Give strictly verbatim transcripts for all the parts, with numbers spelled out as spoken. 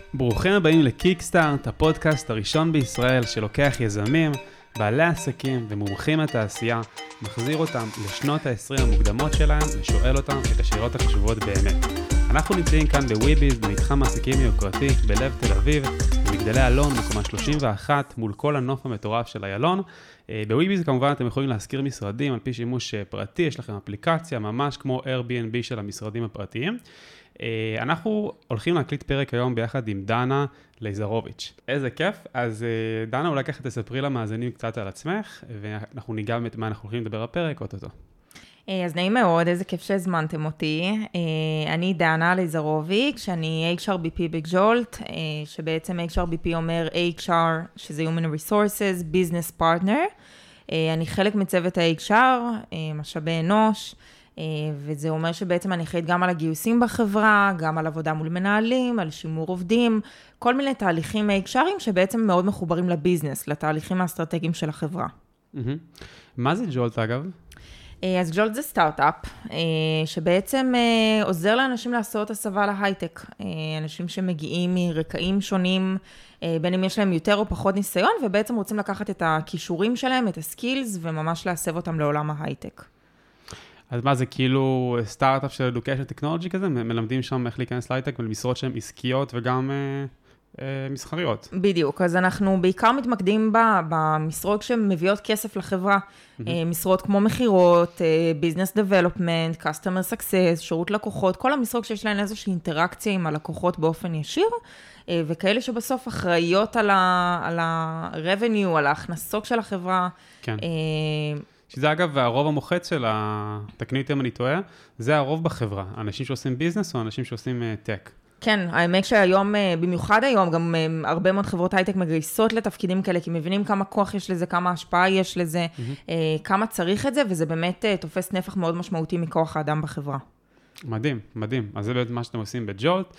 ברוכים הבאים לקיקסטארט, הפודקאסט הראשון בישראל שלוקח יזמים, בעלי עסקים ומומחים לתעשייה, מחזיר אותם לשנות ה-עשרים המוקדמות שלהם ושואל אותם את השאלות החשובות באמת. אנחנו נמצאים כאן בוויביז, במתחם העסקים יוקרתי בלב תל אביב, במגדלי אלון, מקומה שלושים ואחת, מול כל הנוף המטורף של איילון. בוויביז כמובן אתם יכולים להזכיר משרדים על פי שימוש פרטי, יש לכם אפליקציה ממש כמו Airbnb של המשרדים הפרטיים. אנחנו הולכים להקליט פרק היום ביחד עם דנה לייזרוביץ'. איזה כיף. אז דנה, אולי ככה תספרי למאזינים קצת על עצמך, ואנחנו ניגע מה אנחנו הולכים לדבר בפרק, אותו. אז נעים מאוד, איזה כיף שהזמנתם אותי. אני דנה לייזרוביץ', אני אייץ' אר בי פי בג'ולט, שבעצם אייץ' אר בי פי אומר אייץ' אר, שזה Human Resources, Business Partner. אני חלק מצוות ה-אייץ' אר, משאבי אנוש, וזה אומר שבעצם אני אחראית גם על הגיוסים בחברה, גם על עבודה מול מנהלים, על שימור עובדים, כל מיני תהליכים אייץ' ארים שבעצם מאוד מחוברים לביזנס, לתהליכים האסטרטגיים של החברה. מה זה ג'ולט אגב? אז ג'ולט זה סטארט-אפ, שבעצם עוזר לאנשים לעשות הסבה להייטק. אנשים שמגיעים מרקעים שונים, בין אם יש להם יותר או פחות ניסיון, ובעצם רוצים לקחת את הכישורים שלהם, את הסקילס, וממש להסב אותם לעולם ההייטק. אז מה זה כאילו סטארט-אפ של Education Technology כזה? מלמדים שם איך להיכנס להייטק ולמשרות שהן עסקיות וגם אה, אה, מסחריות. בדיוק, אז אנחנו בעיקר מתמקדים במשרות שמביאות כסף לחברה. Mm-hmm. משרות כמו מחירות, Business Development, Customer Success, שירות לקוחות, כל המשרות שיש להן איזושהי אינטראקציה עם הלקוחות באופן ישיר, וכאלה שבסוף אחראיות על ה-revenue, על ההכנסות של החברה. כן. שזה אגב, הרוב המוחץ של התקנית אם אני טועה, זה הרוב בחברה, אנשים שעושים ביזנס או אנשים שעושים טק. כן, האמת שהיום, במיוחד היום, גם הרבה מאוד חברות הייטק מגייסות לתפקידים כאלה, כי מבינים כמה כוח יש לזה, כמה השפעה יש לזה, mm-hmm. כמה צריך את זה, וזה באמת תופס נפח מאוד משמעותי מכוח האדם בחברה. מדהים, מדהים. אז זה באמת מה שאתם עושים בג'ולט.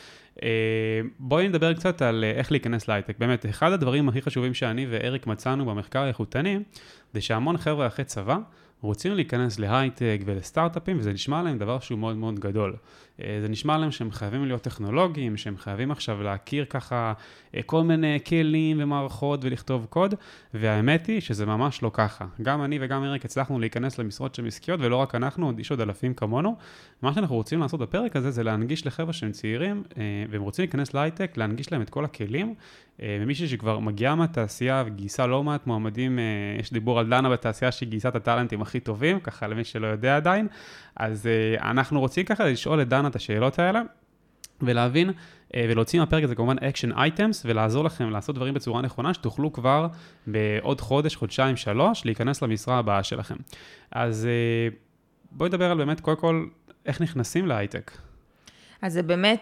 בואי נדבר קצת על איך להיכנס להייטק. באמת, אחד הדברים הכי חשובים שאני ואריק מצאנו במחקר האיכותני, זה שהמון חבר'ה אחרי צבא רוצים להיכנס להייטק ולסטארט-אפים, וזה נשמע להם דבר שהוא מאוד מאוד גדול. זה נשמע להם שהם חייבים להיות טכנולוגיים, שהם חייבים עכשיו להכיר ככה כל מיני כלים ומערכות ולכתוב קוד, והאמת היא שזה ממש לא ככה. גם אני וגם אריק הצלחנו להיכנס למשרות שהן עסקיות, ולא רק אנחנו, יש עוד אלפים כמונו. מה שאנחנו רוצים לעשות בפרק הזה, זה להנגיש לחבר'ה שהם צעירים, והם רוצים להיכנס להייטק, להנגיש להם את כל הכלים, ומישהי שכבר מגיעה מהתעשייה וגייסה לא מעט מועמדים, יש דיבור על דנה בתעשייה שהיא גייסה את הטלנטים הכי טובים, ככה למי שלא יודע עדיין, אז אנחנו רוצים ככה לשאול את דנה את השאלות האלה, ולהבין ולהוציא מהפרק הזה כמובן action items, ולעזור לכם לעשות דברים בצורה נכונה, שתוכלו כבר בעוד חודש, חודשיים, שלוש, להיכנס למשרה הבאה שלכם. אז בואי נדבר על באמת קודם כל, איך נכנסים להייטק. אז זה באמת...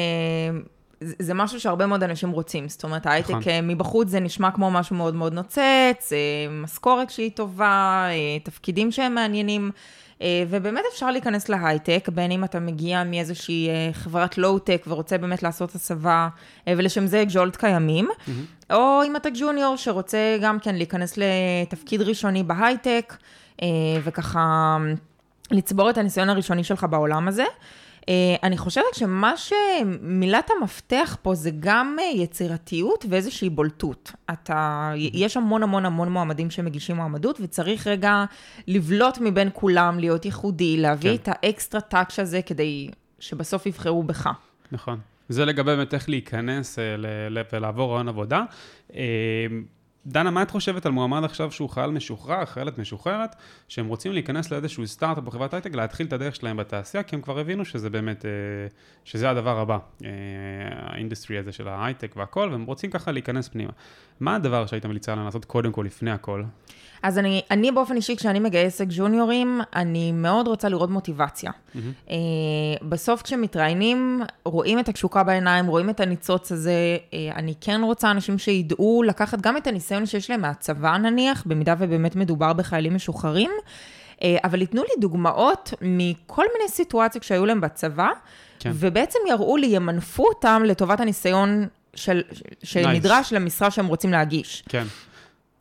זה משהו שהרבה מאוד אנשים רוצים, זאת אומרת, ההייטק מבחוץ זה נשמע כמו משהו מאוד מאוד נוצץ, משכורת שהיא טובה, תפקידים שהם מעניינים, ובאמת אפשר להיכנס להייטק, בין אם אתה מגיע מאיזושהי חברת לואו-טק ורוצה באמת לעשות הסבה, ולשם זה ג'ולט קיימים, mm-hmm. או אם אתה ג'וניור שרוצה גם כן להיכנס לתפקיד ראשוני בהייטק, וככה לצבור את הניסיון הראשוני שלך בעולם הזה, אני חושבת שמה שמילת המפתח פה זה גם יצירתיות ואיזושהי בולטות. אתה, יש המון המון המון מועמדים שמגישים מועמדות, וצריך רגע לבלוט מבין כולם, להיות ייחודי, להביא את האקסטרה טאץ' הזה כדי שבסוף יבחרו בך. נכון. זה לגבי באמת איך להיכנס ולעבור רעיון עבודה. דנה, מה את חושבת על מועמד עכשיו שהוא חייל משוחרר, חיילת משוחררת, שהם רוצים להיכנס לאיזשהו סטארט-אפ בחברת הייטק, להתחיל את הדרך שלהם בתעשייה, כי הם כבר הבינו שזה באמת, שזה הדבר הבא, האינדסטרי הזה של ההייטק והכל, והם רוצים ככה להיכנס פנימה. מה הדבר שהיית מליצה להם לעשות קודם כל, לפני הכל? אז אני, אני באופן אישי, כשאני מגייסת ג'וניורים, אני מאוד רוצה לראות מוטיבציה. Mm-hmm. בסוף כשמתראיינים, רואים את הקשוקה בעיניים, רואים את הניצוץ הזה, אני כן רוצה אנשים שידעו לקחת גם את הניסיון שיש להם מהצבא נניח, במידה ובאמת מדובר בחיילים משוחררים, אבל יתנו לי דוגמאות מכל מיני סיטואציות שהיו להם בצבא, כן. ובעצם יראו לי, ימנפו אותם לטובת הניסיון של, שנדרש nice. למשרה שהם רוצים להגיש. כן.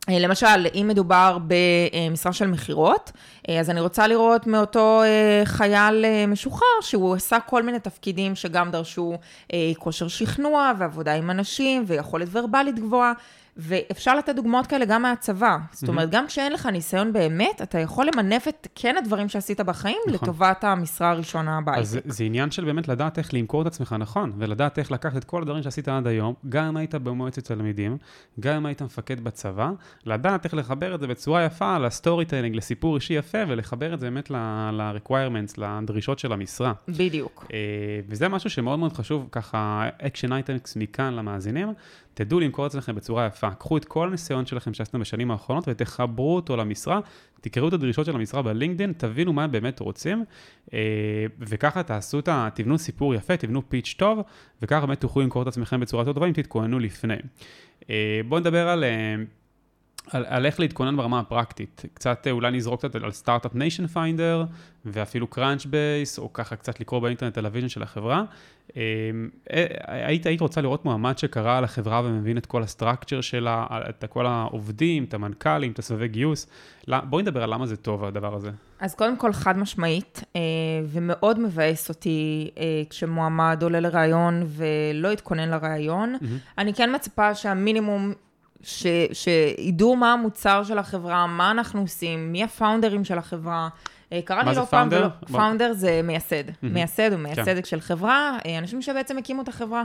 למשל, אם מדובר במשרה של מחירות, אז אני רוצה לראות מאותו חייל משוחרר, שהוא עשה כל מיני תפקידים שגם דרשו כושר שכנוע ועבודה עם אנשים ויכולת ורבלית גבוהה, ואפשר לתת דוגמאות כאלה גם מהצבא. זאת אומרת, גם כשאין לך ניסיון באמת, אתה יכול למנף את כן הדברים שעשית בחיים לטובת המשרה הראשונה בהייטק. אז זה עניין של באמת לדעת איך למכור את עצמך נכון, ולדעת איך לקחת את כל הדברים שעשית עד היום, גם אם היית במועצת תלמידים, גם אם היית מפקד בצבא, לדעת איך לחבר את זה בצורה יפה, לסטורי טיילינג, לסיפור אישי יפה, ולחבר את זה באמת ל-requirements, לדרישות של המשרה. בדיוק. וזה משהו שמאוד מאוד חשוב, ככה, action items מכאן למאזינים, תדעו למכור את עצמכם בצורה יפה. קחו את כל הניסיון שלכם שעשיתם בשנים האחרונות ותחברו אותו למשרה, תקראו את הדרישות של המשרה בלינקדין, תבינו מה הם באמת רוצים, וככה תעשו את ה... תבנו סיפור יפה, תבנו פיץ' טוב, וככה באמת תוכלו למכור את עצמכם בצורה טובה, אם תתכוננו לפני. בואו נדבר על... על, על איך להתכונן ברמה הפרקטית. קצת אולי נזרוק קצת על סטארט-אפ ניישן פיינדר, ואפילו קראנץ'-בייס, או ככה קצת לקרוא באינטרנט על הוויז'ן של החברה. היית, היית רוצה לראות מועמד שקרא על החברה ומבין את כל הסטרקצ'ר שלה, את כל העובדים, את המנכ"לים, את הסבבי גיוס. בואי נדבר על למה זה טוב, הדבר הזה. אז קודם כל חד משמעית, ומאוד מבאס אותי כשמועמד עולה לרעיון ולא יתכונן לרעיון. אני כן מצפה שהמינימום ש, שידעו מה המוצר של החברה, מה אנחנו עושים, מי הפאונדרים של החברה. קרא לי לא פעם ולא, פאונדר זה מייסד, מייסד או מייסדת של חברה, אנשים שבעצם הקימו את החברה.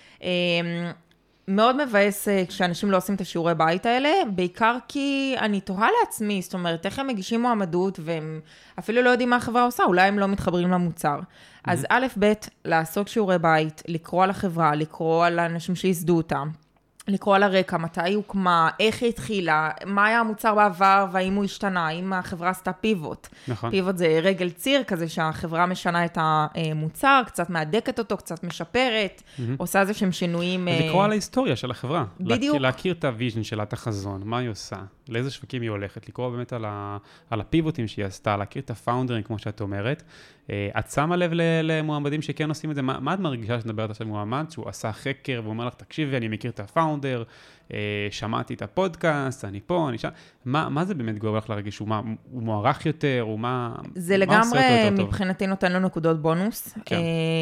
מאוד מבאס כשאנשים לא עושים את השיעורי בית האלה, בעיקר כי אני תוהה לעצמי, זאת אומרת, איך הם מגישים מועמדות, והם אפילו לא יודעים מה החברה עושה, אולי הם לא מתחברים למוצר. אז א' ב', לעשות שיעורי בית, לקרוא על החברה, לקרוא על האנשים שיסדו אותם, לקרוא על הרקע, מתי היא הוקמה, איך היא התחילה, מה היה המוצר בעבר, והאם הוא השתנה, האם החברה עשתה פיבוט. נכון. פיבוט זה רגל ציר כזה שהחברה משנה את המוצר, קצת מהדקת אותו, קצת משפרת, mm-hmm. עושה איזה שהם שינויים. לקרוא על ההיסטוריה של החברה. בדיוק. להכיר את הוויז'ן שלה, את החזון, מה היא עושה, לאיזה שווקים היא הולכת, לקרוא באמת על, ה... על הפיבוטים שהיא עשתה, להכיר את הפאונדרים, כמו שאת אומרת. את שמה לב למועמדים שכן עושים את זה? מה, מה את מרגישה שנדברת עכשיו מועמד, שהוא עשה חקר והוא אומר לך, תקשיבי, אני מכיר את הפאונדר, שמעתי את הפודקאסט, אני פה, אני שם. מה, מה זה באמת גורם לך להרגיש? הוא, מה, הוא מוערך יותר? הוא מה, זה מה לגמרי מבחינתי נותן לו נקודות בונוס. כן.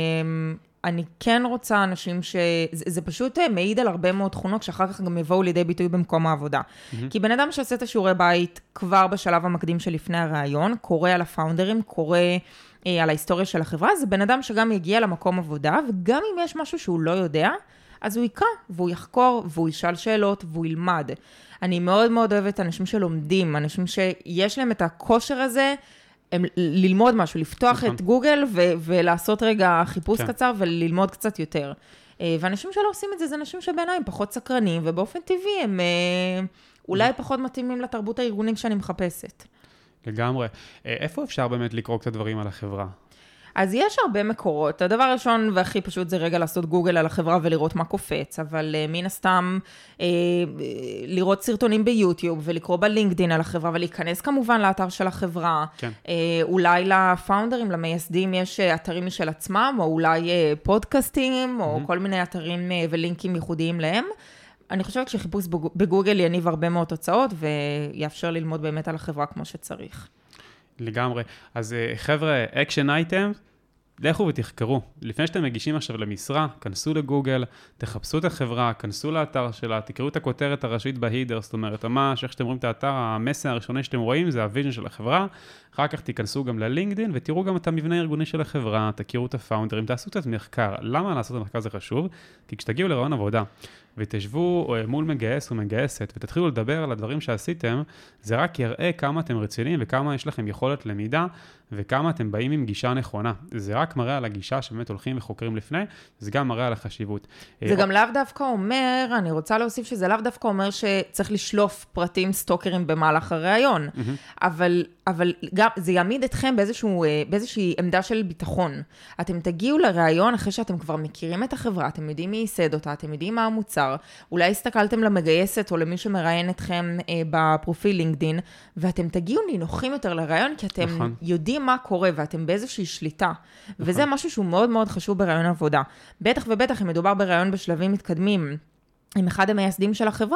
אני כן רוצה אנשים ש... זה, זה פשוט מעיד על הרבה מאוד תכונות, שאחר כך גם יבואו לידי ביטוי במקום העבודה. Mm-hmm. כי בן אדם שעושה את השיעורי בית כבר בשלב המקדים של לפני הרעיון, קורא על הפאונדרים, קורא על ההיסטוריה של החברה, זה בן אדם שגם יגיע למקום עבודה, וגם אם יש משהו שהוא לא יודע, אז הוא יקרא, והוא יחקור, והוא ישאל שאלות, והוא ילמד. אני מאוד מאוד אוהבת אנשים שלומדים, אנשים שיש להם את הכושר הזה, הם ללמוד משהו, לפתוח נכון. את גוגל ו- ולעשות רגע חיפוש כן. קצר וללמוד קצת יותר. ואנשים שלא עושים את זה, זה אנשים שבעיניים פחות סקרנים, ובאופן טבעי הם אולי פחות מתאימים לתרבות הארגונית שאני מחפשת. לגמרי. איפה אפשר באמת לקרוא קצת דברים על החברה? אז יש הרבה מקורות. הדבר הראשון והכי פשוט זה רגע לעשות גוגל על החברה ולראות מה קופץ, אבל uh, מן הסתם uh, לראות סרטונים ביוטיוב ולקרוא בלינקדין על החברה ולהיכנס כמובן לאתר של החברה. כן. Uh, אולי לפאונדרים, למייסדים יש אתרים משל עצמם, או אולי uh, פודקאסטים, mm-hmm. או כל מיני אתרים uh, ולינקים ייחודיים להם. אני חושבת שחיפוש בגוגל יניב הרבה מאוד תוצאות ויאפשר ללמוד באמת על החברה כמו שצריך. לגמרי. אז חבר'ה, אקשן אייטם, לכו ותחקרו. לפני שאתם מגישים עכשיו למשרה, כנסו לגוגל, תחפשו את החברה, כנסו לאתר שלה, תקראו את הכותרת הראשית בהידר, זאת אומרת, מה שאיך שאתם רואים את האתר, המסר הראשוני שאתם רואים, זה הוויז'ן של החברה, אחר כך תיכנסו גם ללינקדין, ותראו גם את המבנה הארגוני של החברה, תכירו את הפאונדרים, תעשו את המחקר. למה לעשות את המחקר זה חשוב? כי כשתגיעו לרעיון עבודה, ותשבו מול מגייס או מגייסת, ותתחילו לדבר על הדברים שעשיתם, זה רק יראה כמה אתם רציניים, וכמה יש לכם יכולת למידה, וכמה אתם באים עם גישה נכונה. זה רק מראה על הגישה שבאמת הולכים וחוקרים לפני, זה גם מראה על החשיבות. זה גם לאו דווקא אומר, אני רוצה להוסיף שזה לאו דווקא אומר שצריך לשלוף פרטים סטוקרים במהלך הרעיון, אבל, אבל גם זה יעמיד אתכם באיזשהו, באיזושהי עמדה של ביטחון. אתם תגיעו לרעיון אחרי שאתם כבר מכירים את החברה, אתם יודעים מי ייסד אותה, אתם יודעים מה המוצר, אולי הסתכלתם למגייסת או למי שמראיין אתכם בפרופיל לינקדין, ואתם תגיעו נינוחים יותר לרעיון, כי אתם נכון. יודעים מה קורה, ואתם באיזושהי שליטה. נכון. וזה משהו שהוא מאוד מאוד חשוב ברעיון עבודה. בטח ובטח, אם מדובר ברעיון בשלבים מתקדמים, עם אחד המייסדים של החברה,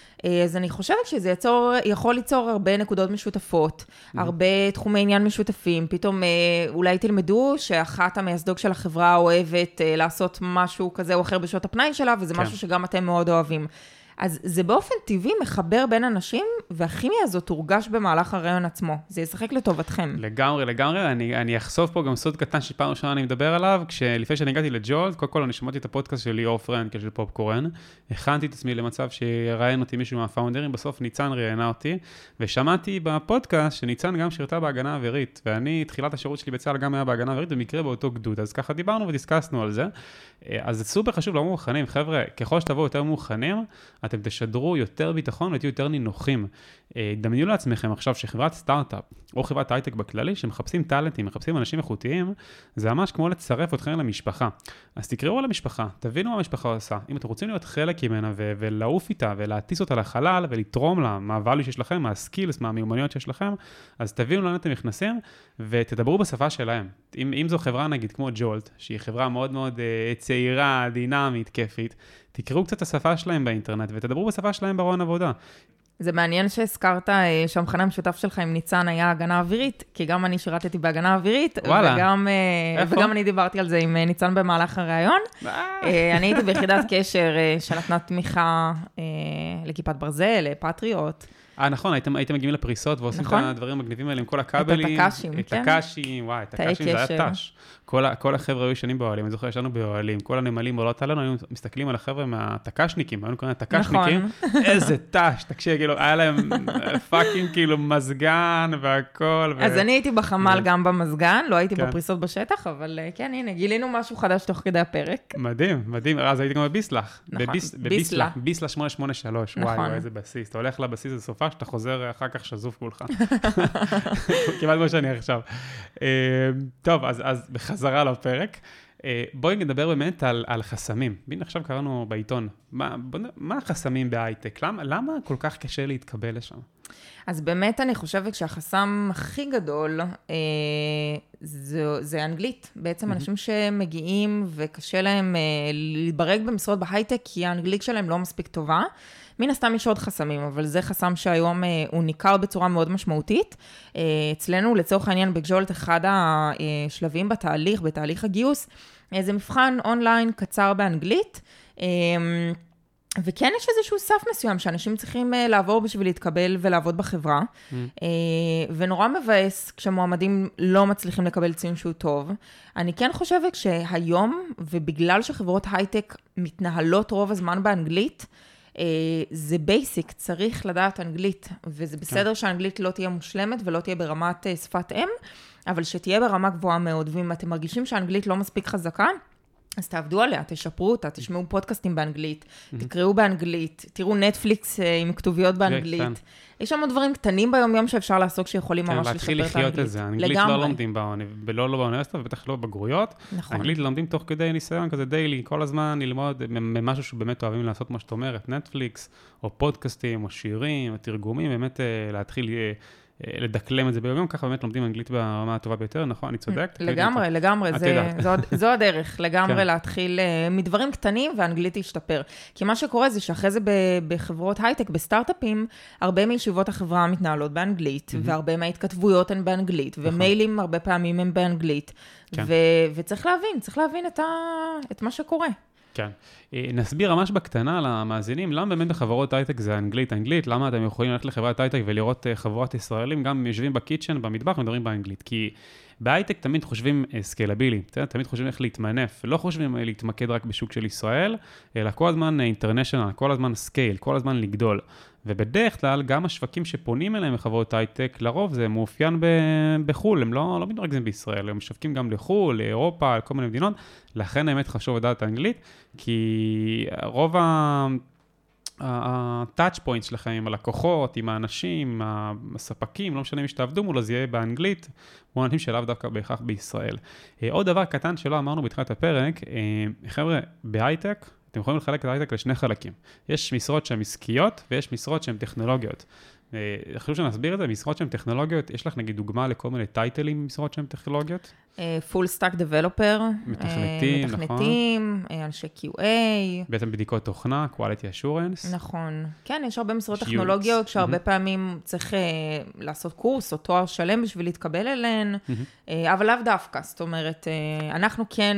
אז אני חושבת שזה יצור, יכול ליצור הרבה נקודות משותפות, mm-hmm. הרבה תחומי עניין משותפים, פתאום אולי תלמדו שאחת המייסדות של החברה אוהבת לעשות משהו כזה או אחר בשעות הפנאי שלה, וזה כן. משהו שגם אתם מאוד אוהבים. אז זה באופן טבעי מחבר בין אנשים, והכימיה הזאת תורגש במהלך הרעיון עצמו. זה ישחק לטובתכם. לגמרי, לגמרי. אני, אני אחשוף פה גם סוד קטן שפעם ראשונה אני מדבר עליו, כשלפני שאני הגעתי לג'ולט, קודם כל אני שמעתי את הפודקאסט של ליאור פרנקל של פופקורן, הכנתי את עצמי למצב שראיין אותי מישהו מהפאונדרים, בסוף ניצן ראיינה אותי, ושמעתי בפודקאסט שניצן גם שירתה בהגנה אווירית, ואני, תחילת השירות שלי בצה"ל גם היה בהגנה אווירית, במקרה באותו גדוד. אז ככה דיברנו ודיסקסנו על זה. אז זה סופר חשוב, לא מוכנים. חבר'ה, ככל שתבואו יותר מוכנים, אתם תשדרו יותר ביטחון ותהיו יותר נינוחים. דמיינו לעצמכם עכשיו שחברת סטארט-אפ או חברת הייטק בכללי, שמחפשים טלנטים, מחפשים אנשים איכותיים, זה ממש כמו לצרף אתכם למשפחה. אז תקראו על המשפחה, תבינו מה המשפחה עושה. אם אתם רוצים להיות חלק ממנה ו- ולעוף איתה ולהטיס אותה לחלל ולתרום לה מהvalue שיש לכם, מהסקילס, מהמיומנויות שיש לכם, אז תבינו לאן אתם נכנסים ותדברו בשפה שלהם. אם, אם זו חברה נגיד כמו ג'ולט, שהיא חברה מאוד מאוד uh, צעירה, דינמית, כיפית, תקראו קצת את השפה שלהם באינטרנט ותדברו בשפה שלהם ברעיון עבודה. זה מעניין שהזכרת שהמכנה המשותף שלך עם ניצן היה הגנה אווירית, כי גם אני שירתתי בהגנה אווירית, וגם, וגם אני דיברתי על זה עם ניצן במהלך הרעיון. אני הייתי ביחידת קשר שנתנה תמיכה לכיפת ברזל, לפטריוט. אה, נכון, הייתם, הייתם מגיעים לפריסות ועושים נכון? את הדברים המגניבים האלה עם כל הכבלים. את התקשים, את כן. את הקשים, וואי, את הקשים זה היה תש. כל, כל החבר'ה היו שנים באוהלים, אני זוכר ישנו באוהלים, כל הנמלים עולות עלינו, היינו מסתכלים על החבר'ה מהתקשניקים, היינו קוראים התקשניקים, נכון. איזה תש, תקשיב, כאילו, היה להם פאקינג כאילו מזגן והכל. ו... אז אני הייתי בחמ"ל ו... גם במזגן, לא הייתי כן. בפריסות בשטח, אבל כן, הנה, גילינו משהו חדש תוך כדי הפרק. מדהים, מדהים, אז הייתי גם בביסלח. נכון, בביס, ביסלה. ביסלה שמונה שמונה שלוש, נכון. וואי, איזה בסיס, אתה הולך לבסיס לסופה, שאתה חוזר אחר כך שזוף כולך. כמעט כמו שאני עכשיו. טוב, אז, אז בחזרה לפרק. בואי נדבר באמת על, על חסמים. הנה עכשיו קראנו בעיתון. מה, בוא, מה החסמים בהייטק? למה, למה כל כך קשה להתקבל לשם? אז באמת אני חושבת שהחסם הכי גדול אה, זה, זה אנגלית. בעצם mm-hmm. אנשים שמגיעים וקשה להם אה, להתברג במשרות בהייטק, כי האנגלית שלהם לא מספיק טובה. מן הסתם יש עוד חסמים, אבל זה חסם שהיום אה, הוא ניכר בצורה מאוד משמעותית. אה, אצלנו, לצורך העניין, בג'ולט, אחד השלבים בתהליך, בתהליך הגיוס, אה, זה מבחן אונליין קצר באנגלית, אה, וכן יש איזשהו סף מסוים שאנשים צריכים אה, לעבור בשביל להתקבל ולעבוד בחברה, mm. אה, ונורא מבאס כשמועמדים לא מצליחים לקבל ציון שהוא טוב. אני כן חושבת שהיום, ובגלל שחברות הייטק מתנהלות רוב הזמן באנגלית, זה בייסיק, צריך לדעת אנגלית, וזה בסדר שהאנגלית לא תהיה מושלמת ולא תהיה ברמת שפת אם, אבל שתהיה ברמה גבוהה מאוד, ואם אתם מרגישים שהאנגלית לא מספיק חזקה, אז תעבדו עליה, תשפרו אותה, תשמעו פודקאסטים באנגלית, תקראו באנגלית, תראו נטפליקס עם כתוביות באנגלית. יש שם דברים קטנים ביום-יום שאפשר לעשות שיכולים ממש לשפר את האנגלית. להתחיל לחיות את זה. אנגלית לא לומדים לא באוניברסיטה ובטח לא בגרויות. אנגלית לומדים תוך כדי ניסיון כזה דיילי, כל הזמן ללמוד ממשהו שבאמת אוהבים לעשות מה שאת אומרת, נטפליקס, או פודקאסטים, או שירים, או תרגומים, באמת להתחיל לדקלם את זה ביום-יום, ככה באמת לומדים אנגלית ברמה הטובה ביותר, נכון? אני צודק? לגמרי, לגמרי, זו הדרך, לגמרי להתחיל מדברים קטנים והאנגלית תשתפר. כי מה שקורה זה שאחרי זה בחברות הייטק, בסטארט-אפים, הרבה מישיבות החברה מתנהלות באנגלית, והרבה מההתכתבויות הן באנגלית, ומיילים הרבה פעמים הם באנגלית, וצריך להבין, צריך להבין את מה שקורה. כן. נסביר ממש בקטנה למאזינים, למה באמת בחברות הייטק זה אנגלית, אנגלית, למה אתם יכולים ללכת לחברת הייטק ולראות חברות ישראלים, גם יושבים בקיצ'ן, במטבח, מדברים באנגלית, כי בהייטק תמיד חושבים סקיילבילי, תמיד חושבים איך להתמנף, לא חושבים להתמקד רק בשוק של ישראל, אלא כל הזמן אינטרנשיונל, כל הזמן סקייל, כל הזמן לגדול. ובדרך כלל גם השווקים שפונים אליהם בחברות הייטק, לרוב זה מאופיין בחול, הם לא, לא מתרכזים בישראל, הם משווקים גם לחול, לאירופה, לכל מיני מדינות, לכן האמת חשוב לדעת האנגלית, כי רוב ה-touch points שלכם עם הלקוחות, עם האנשים, הספקים, לא משנה מי שתעבדו מולו, זה יהיה באנגלית, כמו אנשים שלאו דווקא בהכרח בישראל. עוד דבר קטן שלא אמרנו בתחילת הפרק, חבר'ה, בהייטק, אתם יכולים לחלק את ההייטק לשני חלקים. יש משרות שהן עסקיות ויש משרות שהן טכנולוגיות. חשוב שנסביר את זה, משרות שהן טכנולוגיות, יש לך נגיד דוגמה לכל מיני טייטלים במשרות שהן טכנולוגיות? פול סטאק דבלופר, מתכנתים, נכון. מתכנתים, אנשי קיו איי. בעצם בדיקות תוכנה, quality assurance. נכון. כן, יש הרבה משרות טכנולוגיות, שהרבה פעמים צריך לעשות קורס או תואר שלם בשביל להתקבל אליהן, אבל לאו דווקא. זאת אומרת, אנחנו כן...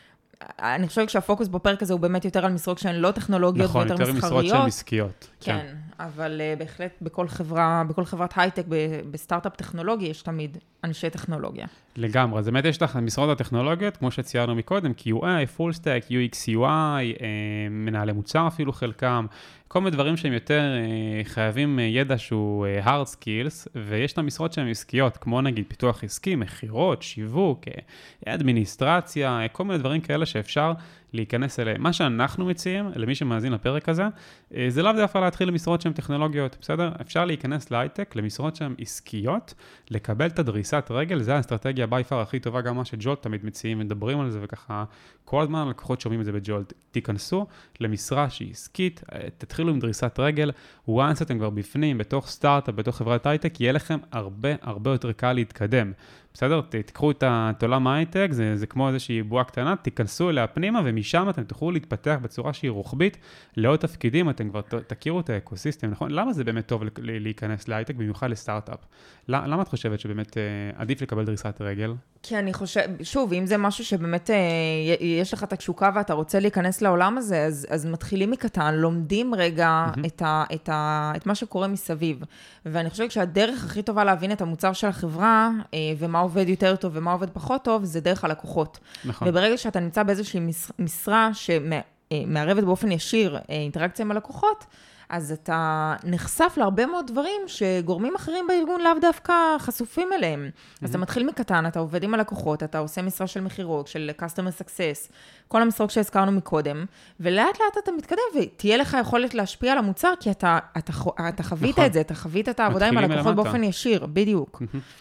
אני חושבת שהפוקוס בפרק הזה הוא באמת יותר על משרות שהן לא טכנולוגיות נכון, ויותר מסחריות. נכון, יותר משרות שהן עסקיות. כן, כן. אבל uh, בהחלט בכל חברה, בכל חברת הייטק, בסטארט-אפ טכנולוגי, יש תמיד אנשי טכנולוגיה. לגמרי, אז באמת יש לך משרות הטכנולוגיות, כמו שציירנו מקודם, קיו איי, Full Stack, יו אקס, יו איי, מנהלי מוצר אפילו חלקם, כל מיני דברים שהם יותר חייבים ידע שהוא hard skills, ויש את המשרות שהן עסקיות, כמו נגיד פיתוח עסקי, מחירות, שיווק, אדמיניסטרציה, כל מיני דברים כאלה שאפשר להיכנס אליהם. מה שאנחנו מציעים, למי שמאזין לפרק הזה, זה לאו דווקא להתחיל למשרות שהן טכנולוגיות, בסדר? אפשר להיכנס להייטק, למשרות שהן עסקיות, לקבל את הדריסת רגל, זה האסטרטגיה by far הכי טובה, גם מה שג'ולט תמיד מציעים, מדברים על זה, וככה כל הזמן הלקוחות שומעים את זה בג'ולט. תיכנסו למשרה שהיא עסקית, תתחילו עם דריסת רגל, once אתם כבר בפנים, בתוך סטארט-אפ, בתוך חברת הייטק, יהיה לכם הרבה, הרבה יותר קל להתקדם. בסדר? תקחו את עולם ההייטק, זה, זה כמו איזושהי בועה קטנה, תיכנסו אליה פנימה, ומשם אתם תוכלו להתפתח בצורה שהיא רוחבית, לעוד תפקידים, אתם כבר תכירו את האקוסיסטם, נכון? למה זה באמת טוב להיכנס להייטק, במיוחד לסטארט-אפ? למה את חושבת שבאמת עדיף לקבל דריסת רגל? כי אני חושב, שוב, אם זה משהו שבאמת יש לך את התשוקה ואתה רוצה להיכנס לעולם הזה, אז, אז מתחילים מקטן, לומדים רגע mm-hmm. את, ה, את, ה, את מה שקורה מסביב. ואני חושבת שהדרך הכי טובה להבין את המוצר של החברה, ומה עובד יותר טוב ומה עובד פחות טוב, זה דרך הלקוחות. נכון. וברגע שאתה נמצא באיזושהי משרה שמערבת באופן ישיר אינטראקציה עם הלקוחות, אז אתה נחשף להרבה מאוד דברים שגורמים אחרים בארגון לאו דווקא חשופים אליהם. אז אתה מתחיל מקטן, אתה עובד עם הלקוחות, אתה עושה משרה של מחירות, של customer success, כל המשרות שהזכרנו מקודם, ולאט לאט אתה מתקדם, ותהיה לך יכולת להשפיע על המוצר, כי אתה, אתה, אתה חווית את זה, אתה חווית את העבודה עם הלקוחות באופן ישיר, בדיוק.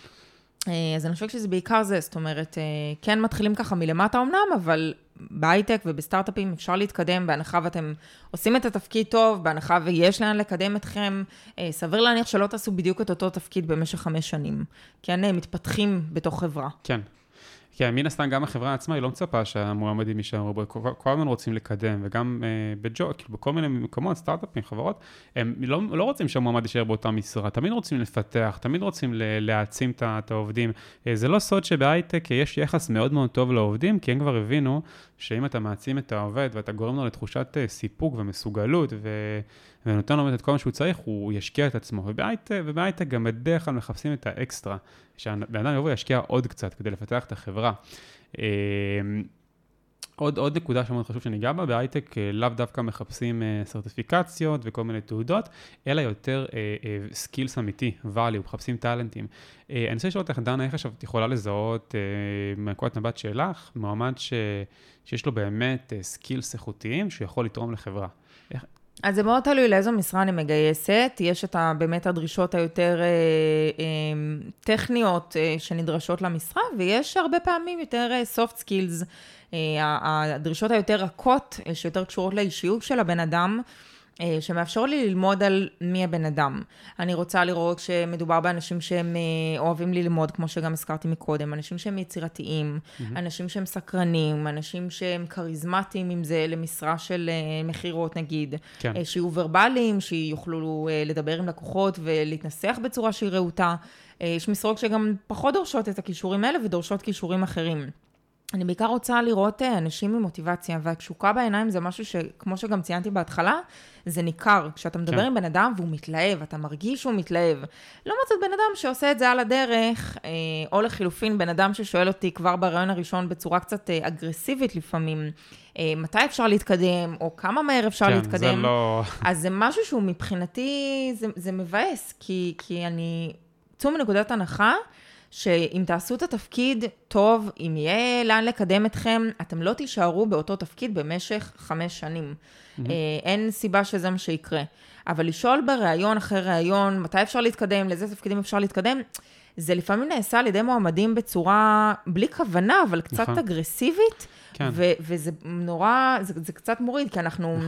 אז אני חושבת שזה בעיקר זה, זאת אומרת, כן מתחילים ככה מלמטה אומנם, אבל בהייטק ובסטארט-אפים אפשר להתקדם, בהנחה ואתם עושים את התפקיד טוב, בהנחה ויש לאן לקדם אתכם, סביר להניח שלא תעשו בדיוק את אותו תפקיד במשך חמש שנים, כי הם מתפתחים בתוך חברה. כן. כן, מן הסתם גם החברה עצמה היא לא מצפה שהמועמדים יישארו, כל הזמן רוצים לקדם, וגם בג'ו, כאילו בכל מיני מקומות, סטארט-אפים, חברות, הם לא, לא רוצים שהמועמד יישאר באותה משרה, תמיד רוצים לפתח, תמיד רוצים להעצים את העובדים. זה לא סוד שבהייטק יש יחס מאוד מאוד טוב לעובדים, כי הם כבר הבינו שאם אתה מעצים את העובד, ואתה גורם לו לתחושת סיפוק ומסוגלות, ו... ונותן לו את כל מה שהוא צריך, הוא ישקיע את עצמו. ובהייטק, ובהייטק גם בדרך כלל מחפשים את האקסטרה, שהבן אדם יבוא ישקיע עוד קצת כדי לפתח את החברה. עוד, עוד נקודה שמאוד חשוב שניגע בה, בהייטק לאו דווקא מחפשים סרטיפיקציות וכל מיני תעודות, אלא יותר סקילס אמיתי, value, מחפשים טלנטים. אני רוצה לשאול אותך, דנה, איך עכשיו את יכולה לזהות מנקודת מבט שלך, מועמד ש, שיש לו באמת סקילס איכותיים, שיכול לתרום לחברה? איך... אז זה מאוד תלוי לאיזו משרה אני מגייסת, יש את באמת הדרישות היותר אה, אה, טכניות אה, שנדרשות למשרה, ויש הרבה פעמים יותר אה, soft skills, אה, הדרישות היותר רכות, אה, שיותר קשורות לאישיות של הבן אדם, אה, שמאפשר לי ללמוד על מי הבן אדם. אני רוצה לראות שמדובר באנשים שהם אה, אוהבים ללמוד, כמו שגם הזכרתי מקודם, אנשים שהם יצירתיים, mm-hmm. אנשים שהם סקרנים, אנשים שהם קריזמטיים, אם זה למשרה של אה, מחירות נגיד, כן. אה, שיהיו ורבליים, שיוכלו אה, לדבר עם לקוחות ולהתנסח בצורה שהיא ראותה. אה, יש משרות שגם פחות דורשות את הכישורים האלה ודורשות כישורים אחרים. אני בעיקר רוצה לראות אנשים עם מוטיבציה, והתשוקה בעיניים זה משהו שכמו שגם ציינתי בהתחלה, זה ניכר. כשאתה מדבר כן. עם בן אדם והוא מתלהב, אתה מרגיש שהוא מתלהב. לא מצאת בן אדם שעושה את זה על הדרך, או לחילופין בן אדם ששואל אותי כבר ברעיון הראשון בצורה קצת אגרסיבית לפעמים, מתי אפשר להתקדם, או כמה מהר אפשר כן, להתקדם. זה לא... אז זה משהו שהוא מבחינתי, זה, זה מבאס, כי, כי אני צאו מנקודת הנחה, שאם תעשו את התפקיד טוב, אם יהיה לאן לקדם אתכם, אתם לא תישארו באותו תפקיד במשך חמש שנים. Mm-hmm. אין סיבה שזה מה שיקרה. אבל לשאול בראיון אחרי ראיון, מתי אפשר להתקדם, לאיזה תפקידים אפשר להתקדם, זה לפעמים נעשה על ידי מועמדים בצורה בלי כוונה, אבל קצת נכון. אגרסיבית, כן. ו- וזה נורא, זה, זה קצת מוריד, כי אנחנו... נכון.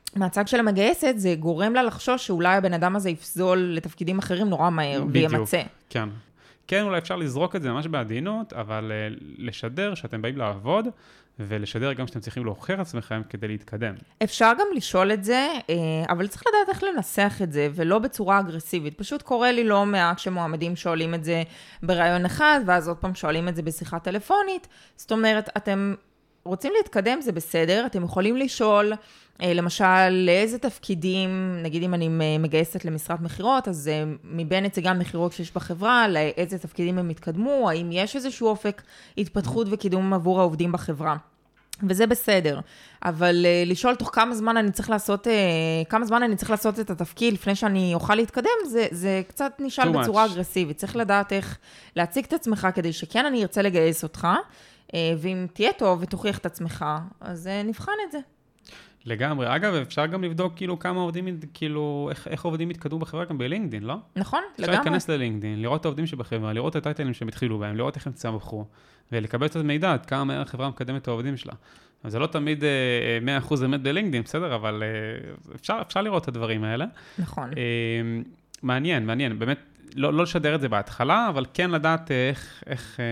מהצד של המגייסת, זה גורם לה לחשוש שאולי הבן אדם הזה יפזול לתפקידים אחרים נורא מהר, וימצא. כן. כן, אולי אפשר לזרוק את זה ממש בעדינות, אבל לשדר שאתם באים לעבוד, ולשדר גם שאתם צריכים להוכיח עצמכם כדי להתקדם. אפשר גם לשאול את זה, אבל צריך לדעת איך לנסח את זה, ולא בצורה אגרסיבית. פשוט קורה לי לא מעט שמועמדים שואלים את זה ברעיון אחד, ואז עוד פעם שואלים את זה בשיחה טלפונית. זאת אומרת, אתם רוצים להתקדם, זה בסדר, אתם יכולים לשאול, למשל, לאיזה תפקידים, נגיד אם אני מגייסת למשרת מחירות, אז מבין נציגי המחירות שיש בחברה, לאיזה תפקידים הם התקדמו, האם יש איזשהו אופק התפתחות וקידום עבור העובדים בחברה. וזה בסדר, אבל לשאול תוך כמה זמן אני צריך לעשות, כמה זמן אני צריך לעשות את התפקיד לפני שאני אוכל להתקדם, זה, זה קצת נשאל בצורה אגרסיבית. צריך לדעת איך להציג את עצמך כדי שכן אני ארצה לגייס אותך, ואם תהיה טוב ותוכיח את עצמך, אז נבחן את זה. לגמרי. אגב, אפשר גם לבדוק כאילו כמה עובדים, כאילו, איך, איך עובדים מתקדמו בחברה גם בלינקדין, לא? נכון, לגמרי. אפשר להיכנס ללינקדין, לראות את העובדים שבחברה, לראות את הטייטלים שהם התחילו בהם, לראות איך הם צמחו, ולקבל את המידע, עד כמה מהר החברה מקדמת את העובדים שלה. אז זה לא תמיד מאה אחוז אמת בלינקדין, בסדר, אבל אפשר, אפשר לראות את הדברים האלה. נכון. מעניין, מעניין. באמת, לא, לא לשדר את זה בהתחלה, אבל כן לדעת איך, איך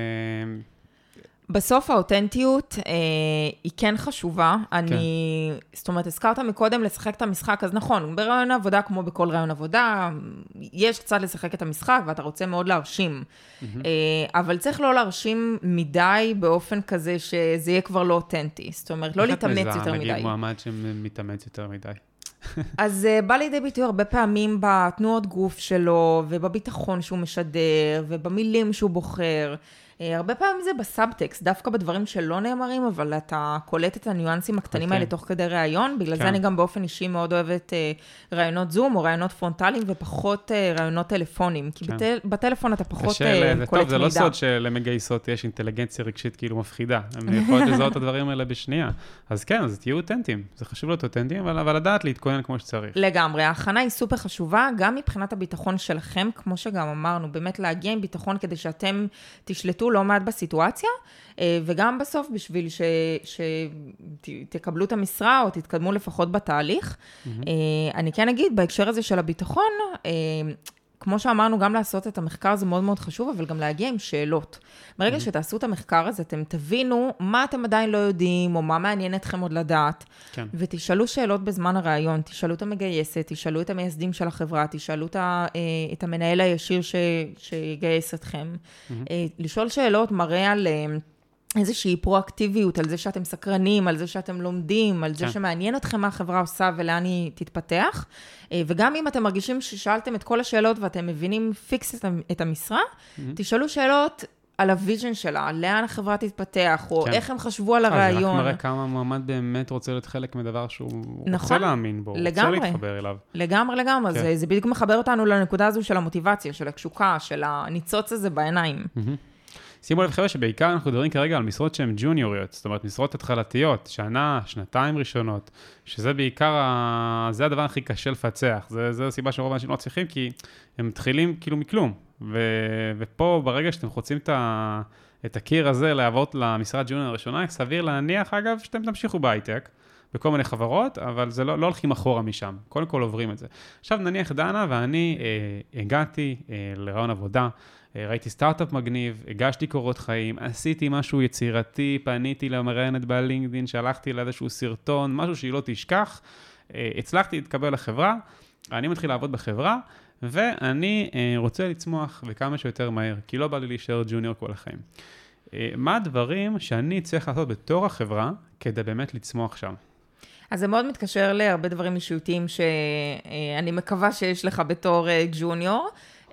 בסוף האותנטיות אה, היא כן חשובה. אני, כן. זאת אומרת, הזכרת מקודם לשחק את המשחק, אז נכון, ברעיון עבודה כמו בכל רעיון עבודה, יש קצת לשחק את המשחק, ואתה רוצה מאוד להרשים. Mm-hmm. אה, אבל צריך לא להרשים מדי באופן כזה שזה יהיה כבר לא אותנטי. זאת אומרת, לא להתאמץ יותר מדי. נגיד מועמד שמתאמץ יותר מדי. אז uh, בא לידי ביטוי הרבה פעמים בתנועות גוף שלו, ובביטחון שהוא משדר, ובמילים שהוא בוחר. Uh, הרבה פעמים זה בסאבטקסט, דווקא בדברים שלא נאמרים, אבל אתה קולט את הניואנסים הקטנים okay. האלה תוך כדי ראיון. בגלל okay. זה אני גם באופן אישי מאוד אוהבת uh, ראיונות זום, או ראיונות פרונטליים, ופחות uh, ראיונות טלפונים. כי okay. בטל, בטלפון אתה פחות uh, קולט טוב, מידע. זה לא סוד שלמגייסות יש אינטליגנציה רגשית כאילו מפחידה. הם יכולות לזהות את הדברים האלה בשנייה. אז כן, אז תהיו אותנטיים. זה חשוב להיות אותנטיים, אבל, אבל לדעת להתכונן כמו שצריך. לגמרי. ההכנה היא סופר חשובה, גם מבחינת הביטחון שלכם, כמו שגם אמרנו, באמת להגיע עם ביטחון כדי שאתם תשלטו לא מעט בסיטואציה, וגם בסוף בשביל שתקבלו את המשרה או תתקדמו לפחות בתהליך. אני כן אגיד, בהקשר הזה של הביטחון, כמו שאמרנו, גם לעשות את המחקר זה מאוד מאוד חשוב, אבל גם להגיע עם שאלות. ברגע שתעשו את המחקר הזה, אתם תבינו מה אתם עדיין לא יודעים, או מה מעניין אתכם עוד לדעת, כן. ותשאלו שאלות בזמן הרעיון, תשאלו את המגייסת, תשאלו את המייסדים של החברה, תשאלו את, ה, את המנהל הישיר ש, שיגייס אתכם. Mm-hmm. לשאול שאלות מראה על איזושהי פרואקטיביות, על זה שאתם סקרנים, על זה שאתם לומדים, על זה כן. שמעניין אתכם מה החברה עושה ולאן היא תתפתח. וגם אם אתם מרגישים ששאלתם את כל השאלות ואתם מבינים פיקס את המשרה, mm-hmm. תשאלו שאלות על הוויז'ן שלה, לאן החברה תתפתח, או כן. איך הם חשבו על הרעיון. זה רק מראה כמה מועמד באמת רוצה להיות חלק מדבר שהוא נכון, רוצה להאמין בו, לגמרי, רוצה להתחבר אליו. לגמרי, לגמרי. כן. זה, זה בדיוק מחבר אותנו לנקודה הזו של המוטיבציה, של הקשוקה, של הניצוץ הזה בעיניים. Mm-hmm. שימו לב חבר'ה שבעיקר אנחנו מדברים כרגע על משרות שהן ג'וניוריות, זאת אומרת משרות התחלתיות, שנה, שנתיים ראשונות, שזה בעיקר, ה... זה הדבר הכי קשה לפצח, זה, זה הסיבה שרוב האנשים לא צריכים, כי הם מתחילים כאילו מכלום, ו... ופה ברגע שאתם חוצים את, ה... את הקיר הזה לעבור למשרת ג'וניור הראשונה, סביר להניח אגב שאתם תמשיכו בהייטק, בכל מיני חברות, אבל זה לא, לא הולכים אחורה משם, קודם כל עוברים את זה. עכשיו נניח דנה ואני אה, הגעתי אה, לרעיון עבודה, ראיתי סטארט-אפ מגניב, הגשתי קורות חיים, עשיתי משהו יצירתי, פניתי למראיינת בלינקדין, שלחתי לאיזשהו סרטון, משהו שהיא לא תשכח, הצלחתי להתקבל לחברה, אני מתחיל לעבוד בחברה, ואני רוצה לצמוח וכמה שיותר מהר, כי לא בא לי להישאר ג'וניור כל החיים. מה הדברים שאני צריך לעשות בתור החברה, כדי באמת לצמוח שם? אז זה מאוד מתקשר להרבה דברים אישיותיים שאני מקווה שיש לך בתור ג'וניור,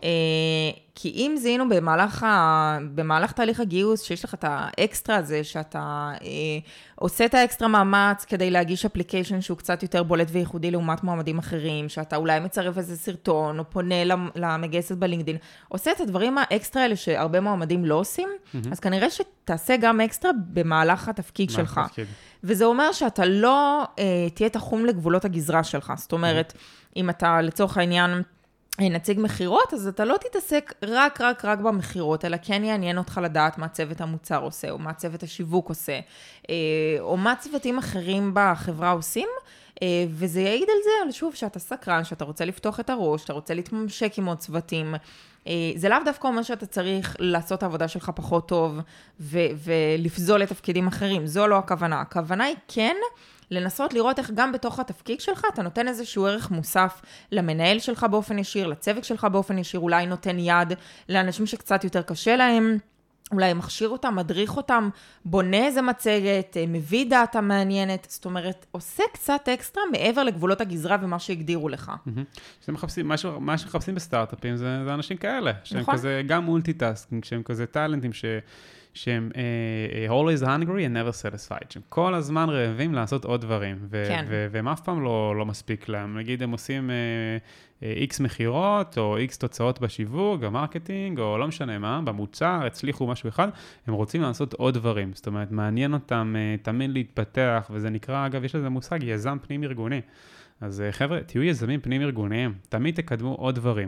כי אם זיהינו במהלך, ה... במהלך תהליך הגיוס, שיש לך את האקסטרה הזה, שאתה אה, עושה את האקסטרה מאמץ כדי להגיש אפליקיישן שהוא קצת יותר בולט וייחודי לעומת מועמדים אחרים, שאתה אולי מצרף איזה סרטון, או פונה למגייסת בלינקדין, עושה את הדברים האקסטרה האלה שהרבה מועמדים לא עושים, mm-hmm. אז כנראה שתעשה גם אקסטרה במהלך התפקיד שלך. תפקיד. וזה אומר שאתה לא אה, תהיה תחום לגבולות הגזרה שלך. זאת אומרת, mm-hmm. אם אתה לצורך העניין, נציג מחירות, אז אתה לא תתעסק רק, רק, רק במחירות, אלא כן יעניין אותך לדעת מה צוות המוצר עושה, או מה צוות השיווק עושה, או מה צוותים אחרים בחברה עושים, וזה יעיד על זה, שוב, שאתה סקרן, שאתה רוצה לפתוח את הראש, שאתה רוצה להתממשק עם עוד צוותים. זה לאו דווקא אומר שאתה צריך לעשות את העבודה שלך פחות טוב, ו- ולפזול לתפקידים אחרים. זו לא הכוונה. הכוונה היא כן, לנסות לראות איך גם בתוך התפקיד שלך, אתה נותן איזשהו ערך מוסף למנהל שלך באופן ישיר, לצוות שלך באופן ישיר, אולי נותן יד לאנשים שקצת יותר קשה להם, אולי מכשיר אותם, מדריך אותם, בונה איזה מצגת, מביא דאטה מעניינת, זאת אומרת, עושה קצת אקסטרה מעבר לגבולות הגזרה ומה שהגדירו לך. שאתם מחפשים, מה שמחפשים בסטארט-אפים זה אנשים כאלה, שהם כזה גם מולטי-טאסקינג, שהם כזה טלנטים ש... שהם uh, always hungry and never satisfied, שהם כל הזמן רעבים לעשות עוד דברים, ו- כן. ו- והם אף פעם לא, לא מספיק להם. נגיד, הם עושים uh, uh, X מחירות, או X תוצאות בשיווק, או מרקטינג, או לא משנה מה, במוצר, הצליחו משהו אחד, הם רוצים לעשות עוד דברים. זאת אומרת, מעניין אותם uh, תמיד להתפתח, וזה נקרא, אגב, יש לזה מושג, יזם פנים ארגוני. אז uh, חבר'ה, תהיו יזמים פנים ארגוניים, תמיד תקדמו עוד דברים.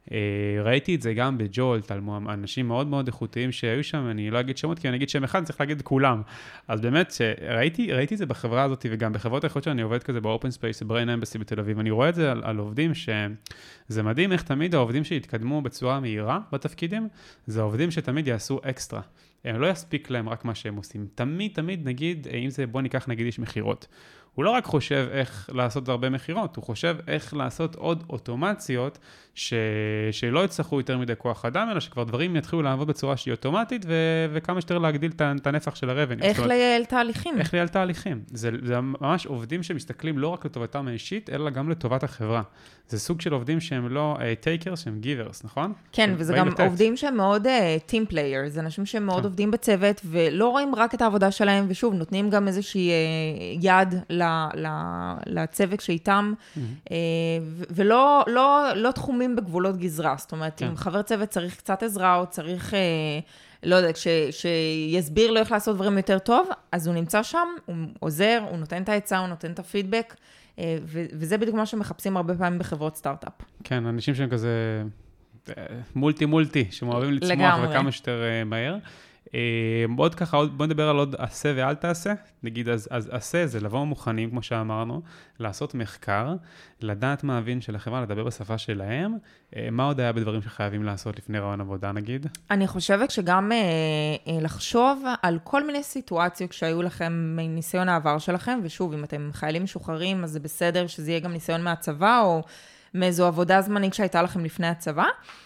ראיתי את זה גם בג'ולט, על אנשים מאוד מאוד איכותיים שהיו שם, אני לא אגיד שמות, כי אני אגיד שם אחד, צריך להגיד כולם. אז באמת, שראיתי, ראיתי את זה בחברה הזאת, וגם בחברות האחרות שאני עובד כזה באופן ספייס, בריין אמבסי בתל אביב, אני רואה את זה על, על עובדים שזה מדהים איך תמיד העובדים שהתקדמו בצורה מהירה בתפקידים, זה העובדים שתמיד יעשו אקסטרה. הם לא יספיק להם רק מה שהם עושים. תמיד, תמיד נגיד, אם זה, בוא ניקח נגיד איש מחירות. הוא לא רק חושב איך לעשות הרבה מחירות, הוא חושב איך לעשות עוד אוטומציות ש... שלא יצטרכו יותר מדי כוח אדם, אלא שכבר דברים יתחילו לעבוד בצורה שהיא אוטומטית, ו... וכמה שיותר להגדיל את הנפח של הרבן. איך לייעל תהליכים. איך לייעל תהליכים. זה, זה ממש עובדים שמסתכלים לא רק לטובתם האישית, אלא גם לטובת החברה. זה סוג של עובדים שהם לא uh, takers, שהם givers, נכון? כן, וזה גם לתת. עובדים שהם מאוד uh, team players, זה אנשים שהם מאוד עובדים בצוות, ולא רואים רק את העבודה שלהם, ושוב, נותנים גם איזושהי uh, יד ל... ל... לצוות שאיתם, mm-hmm. uh, ו- ולא לא, לא תחומים בגבולות גזרה. זאת אומרת, כן. אם חבר צוות צריך קצת עזרה, או צריך, uh, לא יודע, ש- שיסביר לו איך לעשות דברים יותר טוב, אז הוא נמצא שם, הוא עוזר, הוא נותן את ההצעה, הוא נותן את הפידבק, וזה בדיוק מה שמחפשים הרבה פעמים בחברות סטארט-אפ. כן, אנשים שהם כזה מולטי מולטי, שמאוהבים לצמוח וכמה שיותר מהר. עוד ככה, בוא נדבר על עוד עשה ואל תעשה. נגיד, אז, אז עשה זה לבוא מוכנים, כמו שאמרנו, לעשות מחקר, לדעת מה הבין של החברה, לדבר בשפה שלהם. מה עוד היה בדברים שחייבים לעשות לפני רעיון עבודה, נגיד? אני חושבת שגם אה, לחשוב על כל מיני סיטואציות שהיו לכם מניסיון העבר שלכם, ושוב, אם אתם חיילים משוחררים, אז זה בסדר שזה יהיה גם ניסיון מהצבא, או מאיזו עבודה זמנית שהייתה לכם לפני הצבא.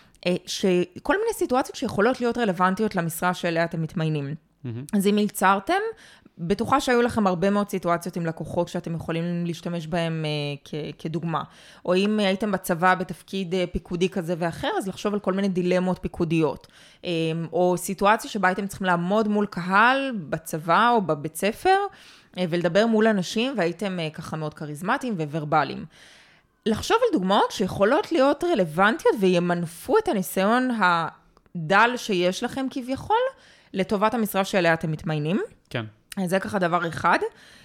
שכל מיני סיטואציות שיכולות להיות רלוונטיות למשרה שאליה אתם מתמיינים. Mm-hmm. אז אם ילצרתם, בטוחה שהיו לכם הרבה מאוד סיטואציות עם לקוחות שאתם יכולים להשתמש בהם uh, כ- כדוגמה. או אם הייתם בצבא בתפקיד uh, פיקודי כזה ואחר, אז לחשוב על כל מיני דילמות פיקודיות. Um, או סיטואציה שבה הייתם צריכים לעמוד מול קהל בצבא או בבית ספר, uh, ולדבר מול אנשים, והייתם uh, ככה מאוד קריזמטיים וורבליים. לחשוב על דוגמאות שיכולות להיות רלוונטיות וימנפו את הניסיון הדל שיש לכם כביכול, לטובת המשרה שאליה אתם מתמיינים. כן. זה ככה דבר אחד.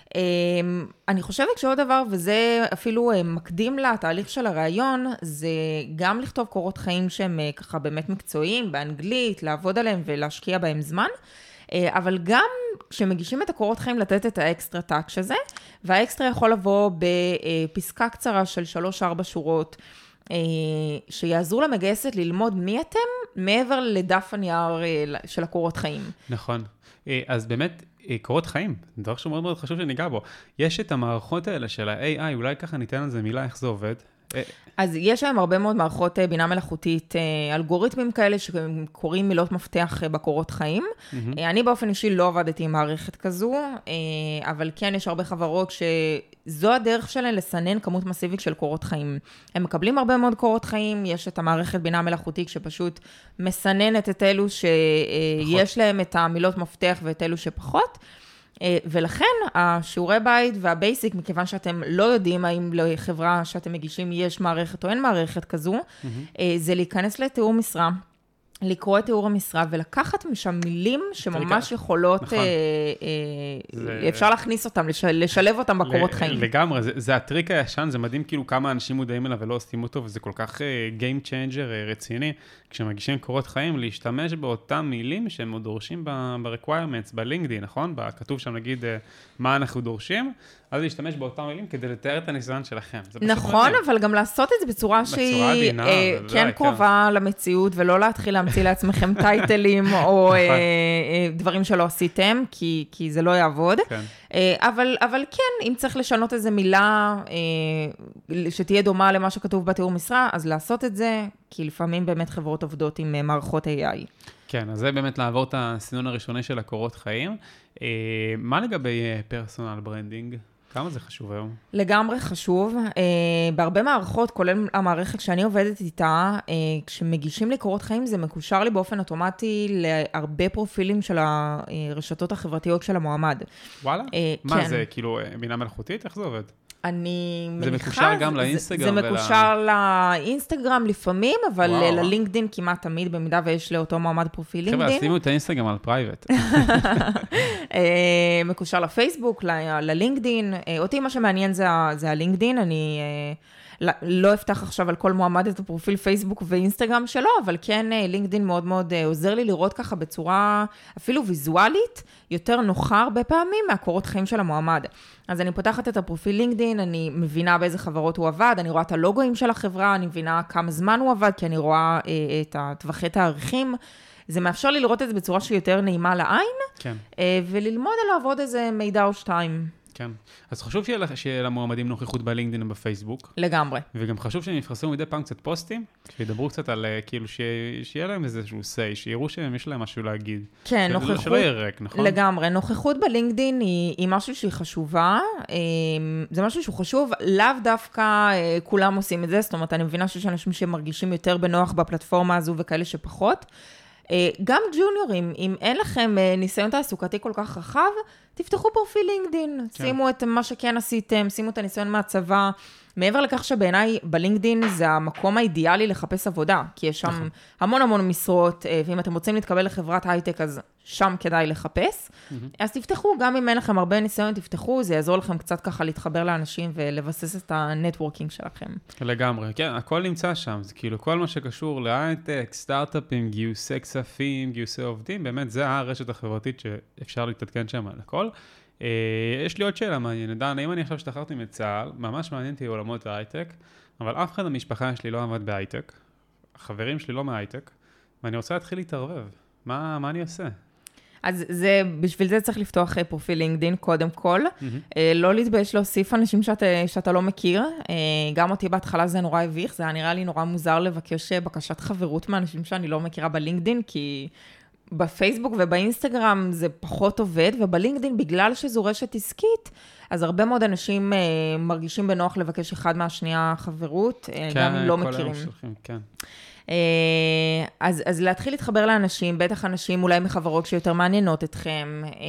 אני חושבת שעוד דבר, וזה אפילו מקדים לתהליך של הרעיון, זה גם לכתוב קורות חיים שהם ככה באמת מקצועיים, באנגלית, לעבוד עליהם ולהשקיע בהם זמן, אבל גם כשמגישים את הקורות חיים לתת את האקסטרה טאץ' הזה, והאקסטרה יכול לבוא בפסקה קצרה של שלוש ארבע שורות, שיעזרו למגייסת ללמוד מי אתם, מעבר לדף הנייר של הקורות חיים. נכון. אז באמת, קורות חיים, דבר שהוא מאוד מאוד חשוב שניגע בו. יש את המערכות האלה של ה-איי איי, אולי ככה ניתן על זה מילה, איך זה עובד? אז יש היום הרבה מאוד מערכות בינה מלאכותית, אלגוריתמים כאלה שקוראים מילות מפתח בקורות חיים. Mm-hmm. אני באופן אישי לא עבדתי עם מערכת כזו, אבל כן יש הרבה חברות שזו הדרך שלהן לסנן כמות מסיבית של קורות חיים. הם מקבלים הרבה מאוד קורות חיים, יש את המערכת בינה מלאכותית שפשוט מסננת את אלו שיש להם את המילות מפתח ואת אלו שפחות. ולכן השיעורי בית והבייסיק, מכיוון שאתם לא יודעים האם לחברה שאתם מגישים יש מערכת או אין מערכת כזו, mm-hmm. זה להיכנס לתיאור משרה, לקרוא את תיאור המשרה ולקחת משם מילים שממש יכולות, נכון. אה, אה, זה... אפשר להכניס אותם, לש... לשלב אותם בקורות חיים. לגמרי, זה, זה הטריק הישן, זה מדהים כאילו כמה אנשים מודעים אליו ולא עושים אותו, וזה כל כך uh, game changer uh, רציני, כשמגישים קורות חיים, להשתמש באותם מילים שהם עוד דורשים ב-requirements, בלינקדין, נכון? כתוב שם נגיד uh, מה אנחנו דורשים, אז להשתמש באותם מילים כדי לתאר את הניסיון שלכם. נכון, אבל גם לעשות את זה בצורה שהיא עדינה, אה, כן קרובה למציאות, ולא להתחיל להמציא לעצמכם טייטלים, או אה, אה, דברים שלא עשיתם, כי, כי זה לא יעבוד. כן. אה, אבל, אבל כן, אם צריך לשנות איזו מילה אה, שתהיה דומה למה שכתוב בתיאור משרה, אז לעשות את זה, כי לפעמים באמת חברות עובדות עם מערכות איי איי. כן, אז זה באמת לעבור את הסינון הראשוני של הקורות חיים. אה, מה לגבי פרסונל ברנדינג? כמה זה חשוב היום? לגמרי חשוב. Uh, בהרבה מערכות, כולל המערכת שאני עובדת איתה, uh, כשמגישים לי קורות חיים, זה מקושר לי באופן אוטומטי להרבה פרופילים של הרשתות החברתיות של המועמד. וואלה? Uh, מה כן. זה, כאילו, בינה מלאכותית? איך זה עובד? אני מניחה... זה מקושר גם לאינסטגרם. זה, זה מקושר ולה... לאינסטגרם לפעמים, אבל וואו. ללינקדין כמעט תמיד, במידה ויש לאותו מועמד פרופיל לינקדין. חבר'ה, שימו את האינסטגרם על פרייבט. מקושר לפייסבוק, ללינקדין. אותי מה שמעניין זה, זה הלינקדין. אני לא אפתח עכשיו על כל מועמד את הפרופיל פייסבוק ואינסטגרם שלו, אבל כן לינקדין מאוד מאוד עוזר לי לראות ככה בצורה אפילו ויזואלית, יותר נוחה הרבה פעמים מהקורות חיים של המועמד. אז אני פותחת את הפרופיל לינקדין, אני מבינה באיזה חברות הוא עבד, אני רואה את הלוגוים של החברה, אני מבינה כמה זמן הוא עבד, כי אני רואה אה, את הטווחי תאריכים. זה מאפשר לי לראות את זה בצורה שיותר נעימה לעין, כן. אה, וללמוד עליו עוד איזה מידע או שתיים. כן. אז חשוב שיהיה, שיהיה למועמדים נוכחות בלינקדין ובפייסבוק. לגמרי. וגם חשוב שהם יפרסמו מדי פעם קצת פוסטים, שידברו קצת על, כאילו, שיהיה, שיהיה להם איזשהו say, שיראו שיש להם משהו להגיד. כן, נוכחות. שלא ירק, נכון? לגמרי. נוכחות בלינקדין היא, היא משהו שהיא חשובה. זה משהו שהוא חשוב, לאו דווקא כולם עושים את זה, זאת אומרת, אני מבינה שיש אנשים שמרגישים יותר בנוח בפלטפורמה הזו וכאלה שפחות. גם ג'וניורים, אם אין לכם ניסיון תעסוקתי כל כך רחב, תפתחו פרופיל לינקדין, כן. שימו את מה שכן עשיתם, שימו את הניסיון מהצבא. מעבר לכך שבעיניי בלינקדין זה המקום האידיאלי לחפש עבודה, כי יש שם נכון. המון המון משרות, ואם אתם רוצים להתקבל לחברת הייטק, אז שם כדאי לחפש. Mm-hmm. אז תפתחו, גם אם אין לכם הרבה ניסיון, תפתחו, זה יעזור לכם קצת ככה להתחבר לאנשים ולבסס את הנטוורקינג שלכם. לגמרי, כן, הכל נמצא שם, זה כאילו כל מה שקשור להייטק, סטארט-אפים, גיוסי כספים, גיוסי עובדים, באמת זה הרשת החברתית שאפשר להתעדכן שם על הכל. יש לי עוד שאלה מעניינת, דן, אם אני עכשיו שתחררתי מצה"ל, ממש מעניין אותי עולמות ההייטק, אבל אף אחד במשפחה שלי לא עבד בהייטק, החברים שלי לא מההייטק, ואני רוצה להתחיל להתערבב. מה, מה אני עושה? אז זה, בשביל זה צריך לפתוח פרופיל לינקדין קודם כל, mm-hmm. לא להתבייש להוסיף אנשים שאת, שאתה לא מכיר, גם אותי בהתחלה זה נורא הביך, זה היה נראה לי נורא מוזר לבקש בקשת חברות מאנשים שאני לא מכירה בלינקדין, כי בפייסבוק ובאינסטגרם זה פחות עובד, ובלינקדין בגלל שזו רשת עסקית, אז הרבה מאוד אנשים אה, מרגישים בנוח לבקש אחד מהשנייה חברות, כן, גם אם לא מכירים. שלכם, כן. אה, אז, אז להתחיל להתחבר לאנשים, בטח אנשים אולי מחברות שיותר מעניינות אתכם, אה,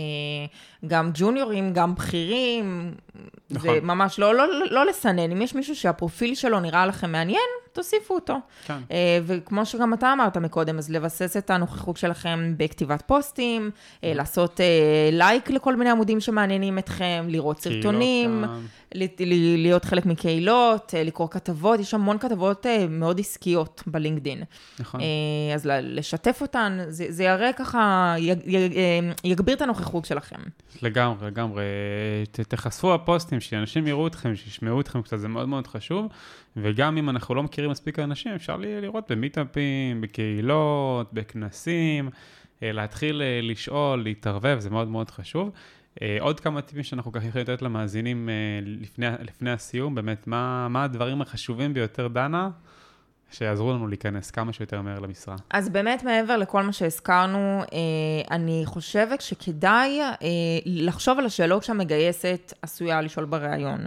גם ג'וניורים, גם בכירים, נכון. זה ממש לא, לא, לא לסנן. אם יש מישהו שהפרופיל שלו נראה לכם מעניין, תוסיפו אותו. כן. וכמו שגם אתה אמרת מקודם, אז לבסס את הנוכחות שלכם בכתיבת פוסטים, לעשות לייק לכל מיני עמודים שמעניינים אתכם, לראות סרטונים, להיות חלק מקהילות, לקרוא כתבות, יש המון כתבות מאוד עסקיות בלינקדין. נכון. אז לשתף אותן, זה, זה יראה ככה, יגביר את הנוכחות שלכם. לגמרי, לגמרי. תחשפו הפוסטים, שאנשים יראו אתכם, שישמעו אתכם קצת, זה מאוד מאוד חשוב. וגם אם אנחנו לא מכירים מספיק אנשים, אפשר לראות במיטאפים, בקהילות, בכנסים, להתחיל לשאול, להתערבב, זה מאוד מאוד חשוב. עוד כמה טיפים שאנחנו ככה יכולים לתת למאזינים לפני, לפני הסיום, באמת, מה, מה הדברים החשובים ביותר, דנה, שיעזרו לנו להיכנס כמה שיותר מהר למשרה? אז באמת מעבר לכל מה שהזכרנו, אני חושבת שכדאי לחשוב על השאלות שהמגייסת עשויה לשאול בראיון.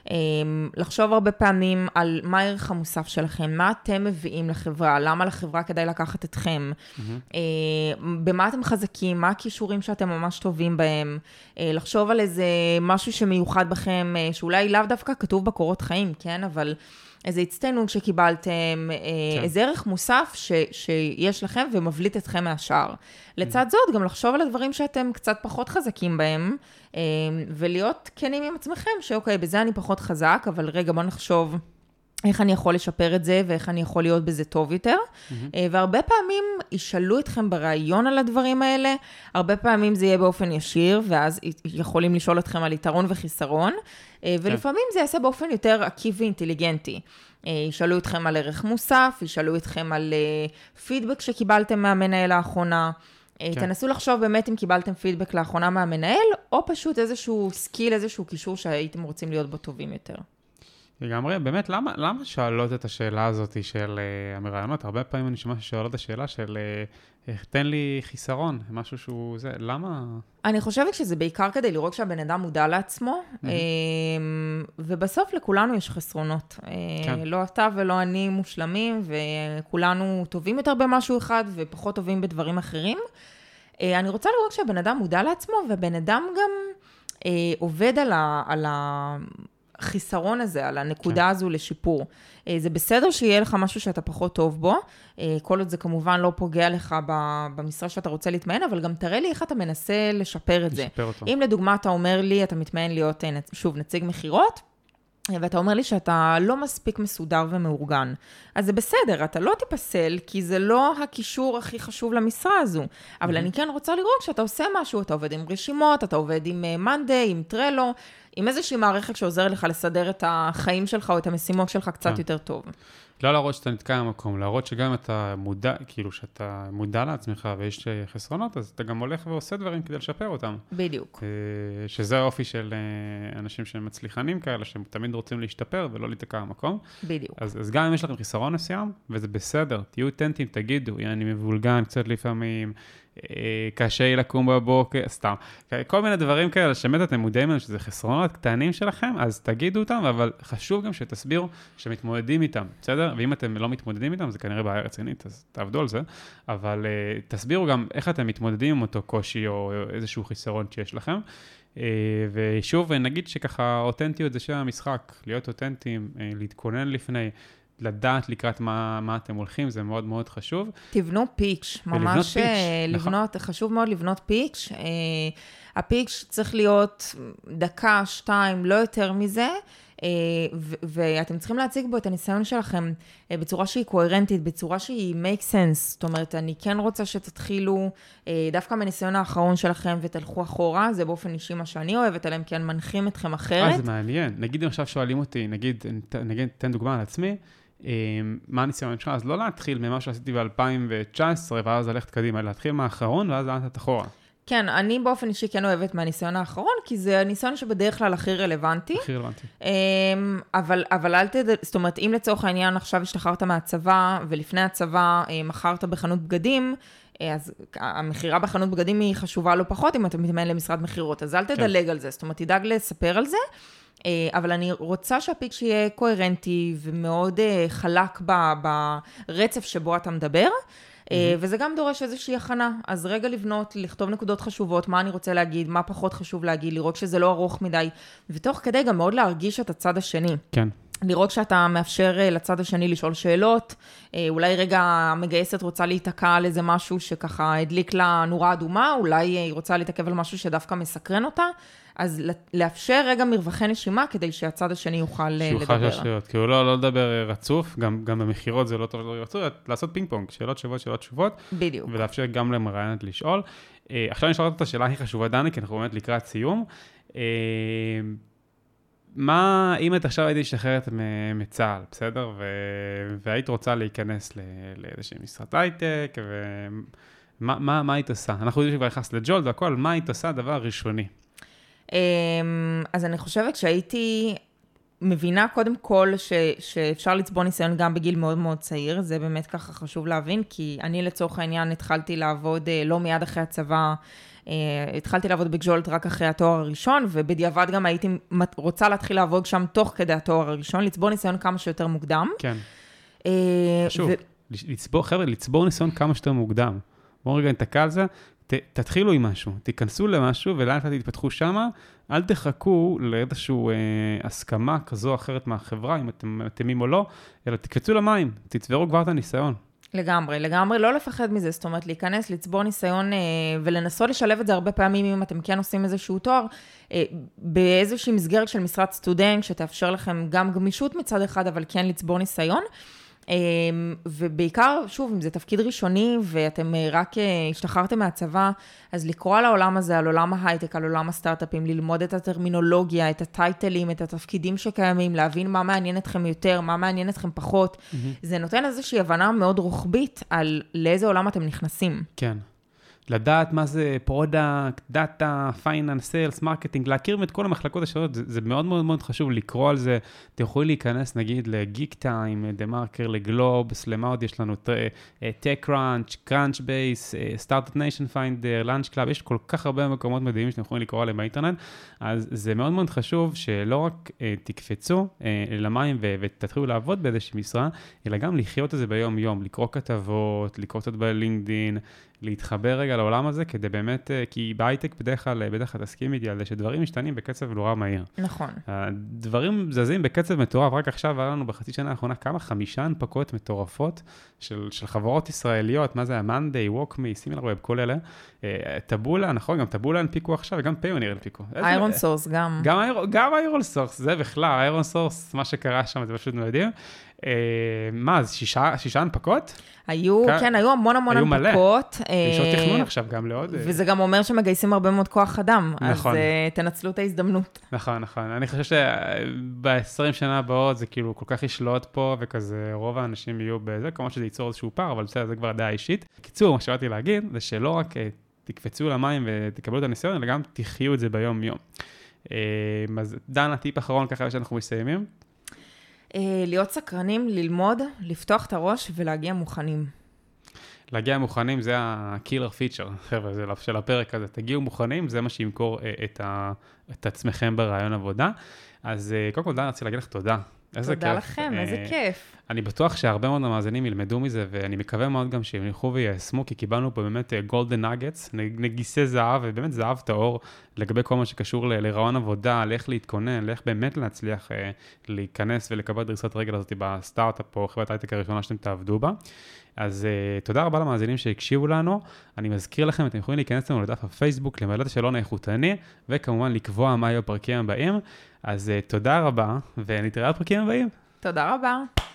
לחשוב הרבה פעמים על מה הערך המוסף שלכם, מה אתם מביאים לחברה, למה לחברה כדאי לקחת אתכם, mm-hmm. במה אתם חזקים, מה הכישורים שאתם ממש טובים בהם, לחשוב על איזה משהו שמיוחד בכם, שאולי לאו דווקא כתוב בקורות חיים, כן? אבל איזה הצטיינות שקיבלתם, כן. איזה ערך מוסף ש, שיש לכם ומבליט אתכם מהשאר. לצד זאת, גם לחשוב על הדברים שאתם קצת פחות חזקים בהם, ולהיות כנים עם עצמכם, שאוקיי, בזה אני פחות חזק, אבל רגע, בוא נחשוב איך אני יכול לשפר את זה, ואיך אני יכול להיות בזה טוב יותר. Mm-hmm. והרבה פעמים ישאלו אתכם ברעיון על הדברים האלה, הרבה פעמים זה יהיה באופן ישיר, ואז יכולים לשאול אתכם על יתרון וחיסרון, ולפעמים זה יעשה באופן יותר עקיף ואינטליגנטי. ישאלו אתכם על ערך מוסף, ישאלו אתכם על פידבק שקיבלתם מהמנהל האחרונה, כן. תנסו לחשוב באמת אם קיבלתם פידבק לאחרונה מהמנהל, או פשוט איזשהו סקיל, איזשהו קישור שהייתם רוצים להיות בו טובים יותר. לגמרי, באמת, למה, למה שואלות את השאלה הזאת של uh, המראיינות? הרבה פעמים אני שומע ששואלות את השאלה של uh, תן לי חיסרון, משהו שהוא זה, למה? אני חושבת שזה בעיקר כדי לראות שהבן אדם מודע לעצמו, mm-hmm. ובסוף לכולנו יש חסרונות. כן. לא אתה ולא אני מושלמים, וכולנו טובים יותר במשהו אחד, ופחות טובים בדברים אחרים. אני רוצה לראות שהבן אדם מודע לעצמו, ובן אדם גם עובד על ה... על ה חיסרון הזה, על הנקודה כן. הזו לשיפור. זה בסדר שיהיה לך משהו שאתה פחות טוב בו, כל עוד זה כמובן לא פוגע לך במשרה שאתה רוצה להתמיין, אבל גם תראה לי איך אתה מנסה לשפר את זה. אותו. אם לדוגמה אתה אומר לי, אתה מתמיין להיות שוב נציג מחירות, ואתה אומר לי שאתה לא מספיק מסודר ומאורגן. אז זה בסדר, אתה לא תיפסל, כי זה לא הקישור הכי חשוב למשרה הזו. אבל mm-hmm. אני כן רוצה לראות שאתה עושה משהו, אתה עובד עם רשימות, אתה עובד עם Monday, עם טרלו, עם איזושהי מערכת שעוזר לך לסדר את החיים שלך או את המשימות שלך קצת כן. יותר טוב. לא להראות שאתה נתקע במקום, להראות שגם אתה מודע, כאילו שאתה מודע לעצמך ויש חסרונות, אז אתה גם הולך ועושה דברים כדי לשפר אותם. בדיוק. שזה האופי של אנשים שמצליחנים כאלה, שהם תמיד רוצים להשתפר ולא להתקע במקום. בדיוק. אז, אז גם אם יש לכם חיסרון מסוים, וזה בסדר, תהיו אותנטיים, תגידו, אני מבולגן קצת לפעמים, קשה לקום בבוקר, סתם. כל מיני דברים כאלה שבאמת אתם מודעים לנו שזה חסרונות קטנים שלכם, אז תגידו אותם, אבל חשוב גם שתסבירו שמתמודדים איתם, בסדר? ואם אתם לא מתמודדים איתם, זה כנראה בעיה רצינית, אז תעבדו על זה, אבל uh, תסבירו גם איך אתם מתמודדים עם אותו קושי או איזשהו חיסרון שיש לכם. Uh, ושוב, נגיד שככה אותנטיות זה שם המשחק, להיות אותנטיים, uh, להתכונן לפני, לדעת לקראת מה, מה אתם הולכים, זה מאוד מאוד חשוב. תבנו פיץ', ממש פיץ', לבנות, נכון. חשוב מאוד לבנות פיץ'. הפיץ' צריך להיות דקה, שתיים, לא יותר מזה, ו- ואתם צריכים להציג בו את הניסיון שלכם בצורה שהיא קוהרנטית, בצורה שהיא make sense. זאת אומרת, אני כן רוצה שתתחילו דווקא מניסיון האחרון שלכם ותלכו אחורה, זה באופן אישי מה שאני אוהבת, עליהם כן מנחים אתכם אחרת. אה, זה מעניין. נגיד אם עכשיו שואלים אותי, נגיד, נגיד, תן דוגמה על עצמי, מה הניסיון שלך? אז לא להתחיל ממה שעשיתי ב-אלפיים תשע עשרה, ואז ללכת קדימה, להתחיל מהאחרון, ואז ללכת אחורה. כן, אני באופן אישי כן אוהבת מהניסיון האחרון, כי זה הניסיון שבדרך כלל הכי רלוונטי. הכי רלוונטי. אבל, אבל אל תדע, זאת אומרת, אם לצורך העניין עכשיו השתחררת מהצבא, ולפני הצבא מכרת בחנות בגדים, אז המחירה בחנות בגדים היא חשובה לא פחות, אם אתה מתאמן למשרד מחירות, אז אל תדלג כן. על זה, זאת אומרת, תדאג לספר על זה, אבל אני רוצה שהפיץ' יהיה קוהרנטי, ומאוד חלק ברצף שבו אתה מדבר, Mm-hmm. וזה גם דורש איזושהי הכנה, אז רגע לבנות, לכתוב נקודות חשובות, מה אני רוצה להגיד, מה פחות חשוב להגיד, לראות שזה לא ארוך מדי, ותוך כדי גם מאוד להרגיש את הצד השני. כן. לראות שאתה מאפשר לצד השני לשאול שאלות, אולי רגע המגייסת רוצה להתעקע על איזה משהו שככה הדליק לה נורה אדומה, אולי היא רוצה להתעכב על משהו שדווקא מסקרן אותה, אז לאפשר רגע מרווחי נשימה, כדי שהצד השני יוכל לדבר. שהוא חש שאלות, כי הוא לא, לא לדבר רצוף, גם, גם במחירות זה לא טוב לדבר רצוף, לעשות פינג פונג, שאלות שוות, שאלות שוות. בדיוק. ולאפשר גם למראיינת לשאול. עכשיו נשאלת את השאלה הכי חשובה, דני, כי אנחנו באמת לקראת סיום. מה, אם את עכשיו הייתי משתחררת מצה"ל, בסדר? ו... והיית רוצה להיכנס לאיזושהי משרת הייטק, ומה מה, מה היית עושה? אנחנו יודעים שכבר נכנס לג'ולט והכל, מה היית עושה דבר ראשוני? אז אני חושבת שהייתי מבינה קודם כל ש, שאפשר לצבור ניסיון גם בגיל מאוד מאוד צעיר, זה באמת ככה חשוב להבין, כי אני לצורך העניין התחלתי לעבוד לא מיד אחרי הצבא, התחלתי לעבוד בג'ולט רק אחרי התואר הראשון, ובדיעבד גם הייתי רוצה להתחיל לעבוד שם תוך כדי התואר הראשון, לצבור ניסיון כמה שיותר מוקדם. כן. חשוב, ו... לצבור, חבר'ה, לצבור ניסיון כמה שיותר מוקדם. בואו רגע נתקע על זה, ת, תתחילו עם משהו, תיכנסו למשהו ולאט לאט תתפתחו שמה, אל תחכו לאיזשהו אה, הסכמה כזו או אחרת מהחברה, אם אתם מתאימים או לא, אלא תקפצו למים, תצברו כבר את הניסיון. לגמרי, לגמרי, לא לפחד מזה, זאת אומרת, להיכנס, לצבור ניסיון אה, ולנסות לשלב את זה הרבה פעמים, אם אתם כן עושים איזשהו תואר, אה, באיזושהי מסגרת של משרת סטודנט, שתאפשר לכם גם גמישות מצד אחד, אבל כן לצבור ניסיון, ובעיקר, שוב, אם זה תפקיד ראשוני, ואתם רק השתחררתם מהצבא, אז לקרוא על העולם הזה, על עולם ההייטק, על עולם הסטארט-אפים, ללמוד את הטרמינולוגיה, את הטייטלים, את התפקידים שקיימים, להבין מה מעניין אתכם יותר, מה מעניין אתכם פחות. Mm-hmm. זה נותן איזושהי הבנה מאוד רוחבית על לאיזה עולם אתם נכנסים. כן. לדעת מה זה פרודקט, דאטה, פייננס, סיילס, מרקטינג, להכיר את כל המחלקות השונות, זה, זה מאוד מאוד מאוד חשוב לקרוא על זה. אתם יכולים להיכנס נגיד לגיק טיים, דה מרקר, לגלובס, למה עוד יש לנו, טק קראנץ', קראנץ' בייס, סטארט-אפ ניישן פיינדר, לאנץ' קלאב, יש כל כך הרבה מקומות מדהימים שאתם יכולים לקרוא עליהם באינטרנט, אז זה מאוד מאוד חשוב שלא רק uh, תקפצו uh, למים ו- ותתחילו לעבוד באיזושהי משרה, אלא גם לחיות את זה ביום יום, לקרוא כתבות, לקרוא קצת בלינקדין, להתחבר רגע לעולם הזה, כדי באמת, כי בהייטק בדרך כלל, בדרך כלל תסכים איתי על זה, שדברים משתנים בקצב נורא מהיר. נכון. הדברים זזים בקצב מטורף, רק עכשיו היה לנו בחצי שנה האחרונה כמה חמישה הנפקות מטורפות של, של חברות ישראליות, מה זה היה? מאנדיי, ווקמי, סימילרוויב, כל אלה. טבולה, נכון, גם טבולה הנפיקו עכשיו, וגם פיוניר הנפיקו. איירון סורס גם. גם איירון סורס, זה בכלל, איירון סורס, מה שקרה שם, זה פשוט מדהים. מה, אז שישה, שישה הנפקות? היו, כן, היו המון המון הנפקות. יש עוד תכנון עכשיו גם לעוד. וזה גם אומר שמגייסים הרבה מאוד כוח אדם, אז תנצלו את ההזדמנות. נכון, נכון. אני חושב שב-עשרים שנה הבאות זה כאילו כל כך ישלוט פה, וכזה רוב האנשים יהיו בזה, כמו שזה ייצור איזשהו פער, אבל בסדר, זה כבר דעה אישית. קיצור, מה שבאתי להגיד, זה שלא רק תקפצו למים ותקבלו את הניסיון, אלא גם תחיו את זה ביום יום. אז דן, הטיפ האחרון ככה שאנחנו מסיימים. להיות סקרנים, ללמוד, לפתוח את הראש ולהגיע מוכנים. להגיע מוכנים זה ה-killer feature, חבר'ה, זה של הפרק הזה. תגיעו מוכנים, זה מה שימכור את, ה, את עצמכם ברעיון עבודה. אז קודם כל, דן, אני רוצה להגיד לך תודה. איזה תודה כיף. לכם, איזה כיף. אני בטוח שהרבה מאוד המאזינים ילמדו מזה, ואני מקווה מאוד גם שהם ילכו ויישמו, כי קיבלנו פה באמת גולדן נאגטס, נגיסי זהב, ובאמת זהב טהור, לגבי כל מה שקשור לרעיון עבודה, לאיך להתכונן, לאיך באמת להצליח להיכנס ולקבל דריסת רגל הזאת בסטארט-אפ או חברת הייטק הראשונה שאתם תעבדו בה. אז uh, תודה רבה למאזינים שהקשיבו לנו. אני מזכיר לכם, אתם יכולים להיכנס לנו לדף הפייסבוק, למעלת השאלון האיכותני, וכמובן לקבוע מה יהיו הפרקים הבאים. אז uh, תודה רבה, ונתראה בפרקים הבאים. תודה רבה.